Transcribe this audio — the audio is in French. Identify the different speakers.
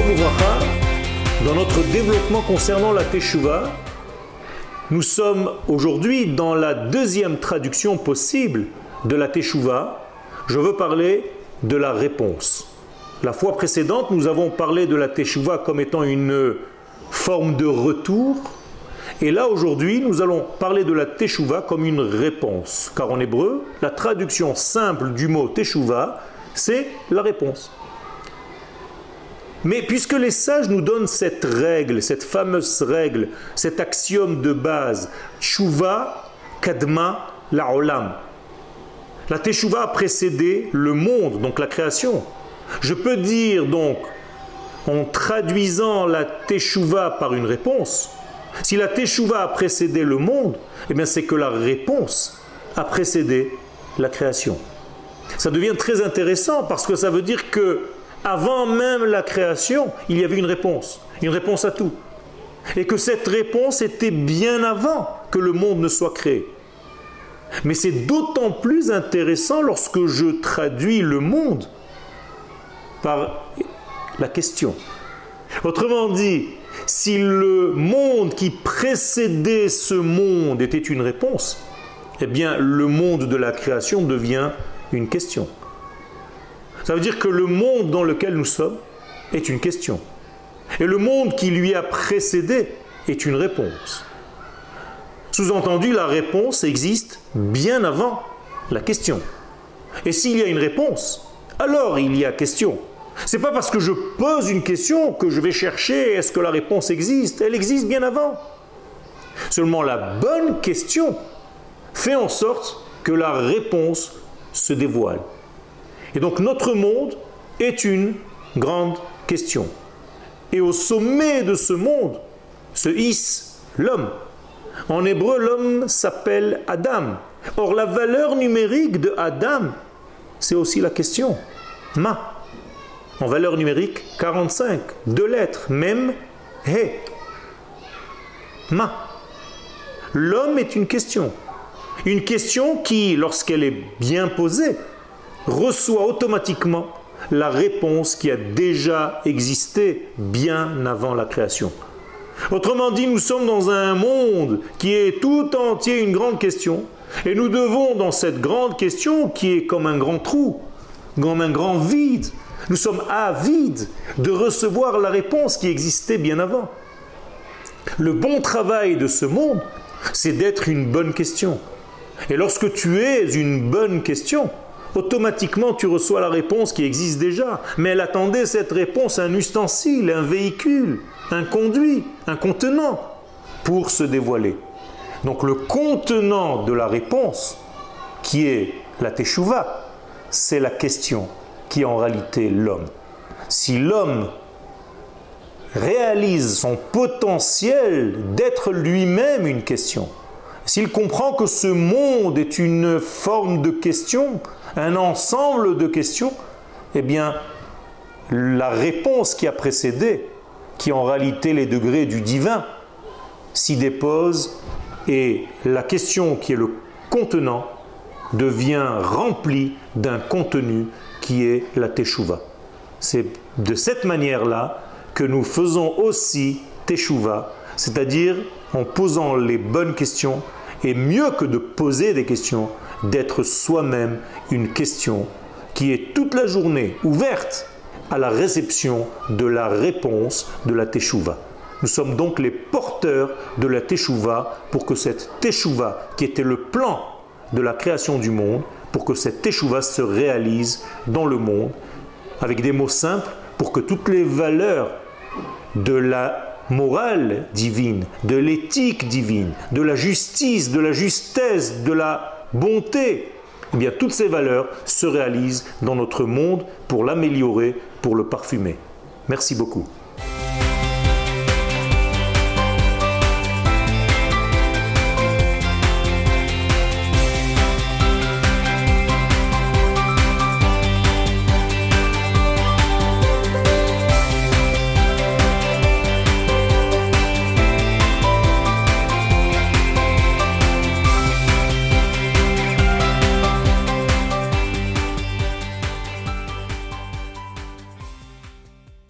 Speaker 1: Uvracha, dans notre développement concernant la Teshuvah, nous sommes aujourd'hui dans la deuxième traduction possible de la Teshuvah. Je veux parler de la réponse. La fois précédente, nous avons parlé de la Teshuvah comme étant une forme de retour. Et là, aujourd'hui, nous allons parler de la Teshuvah comme une réponse. Car en hébreu, la traduction simple du mot Teshuvah, c'est la réponse. Mais puisque les sages nous donnent cette règle, cette fameuse règle, cet axiome de base, Teshuvah kadma la'olam. La Teshuvah a précédé le monde, donc la création. Je peux dire donc, en traduisant la Teshuvah par une réponse, si la Teshuvah a précédé le monde, eh bien c'est que la réponse a précédé la création. Ça devient très intéressant parce que ça veut dire que avant même la création, il y avait une réponse à tout. Et que cette réponse était bien avant que le monde ne soit créé. Mais c'est d'autant plus intéressant lorsque je traduis le monde par la question. Autrement dit, si le monde qui précédait ce monde était une réponse, eh bien le monde de la création devient une question. Ça veut dire que le monde dans lequel nous sommes est une question. Et le monde qui lui a précédé est une réponse. Sous-entendu, la réponse existe bien avant la question. Et s'il y a une réponse, alors il y a question. Ce n'est pas parce que je pose une question que je vais chercher est-ce que la réponse existe. Elle existe bien avant. Seulement la bonne question fait en sorte que la réponse se dévoile. Et donc notre monde est une grande question. Et au sommet de ce monde se hisse l'homme. En hébreu, l'homme s'appelle Adam. Or, la valeur numérique de Adam, c'est aussi la question. Ma. En valeur numérique, 45. 2 lettres. Mem, he. Ma. L'homme est une question. Une question qui, lorsqu'elle est bien posée, reçoit automatiquement la réponse qui a déjà existé bien avant la création. Autrement dit, nous sommes dans un monde qui est tout entier une grande question, et nous devons, dans cette grande question, qui est comme un grand trou, comme un grand vide, nous sommes avides de recevoir la réponse qui existait bien avant. Le bon travail de ce monde, c'est d'être une bonne question. Et lorsque tu es une bonne question, automatiquement tu reçois la réponse qui existe déjà. Mais elle attendait cette réponse, un ustensile, un véhicule, un conduit, un contenant pour se dévoiler. Donc le contenant de la réponse, qui est la Teshuvah, c'est la question qui est en réalité l'homme. Si l'homme réalise son potentiel d'être lui-même une question, s'il comprend que ce monde est une forme de question, un ensemble de questions, eh bien, la réponse qui a précédé, qui est en réalité les degrés du divin, s'y dépose et la question qui est le contenant devient remplie d'un contenu qui est la Teshuvah. C'est de cette manière-là que nous faisons aussi Teshuvah, c'est-à-dire en posant les bonnes questions, et mieux que de poser des questions, d'être soi-même une question qui est toute la journée ouverte à la réception de la réponse de la Teshuvah. Nous sommes donc les porteurs de la Teshuvah pour que cette Teshuvah, qui était le plan de la création du monde, pour que cette Teshuvah se réalise dans le monde, avec des mots simples, pour que toutes les valeurs de la morale divine, de l'éthique divine, de la justice, de la justesse, de la bonté, eh bien toutes ces valeurs se réalisent dans notre monde pour l'améliorer, pour le parfumer. Merci beaucoup.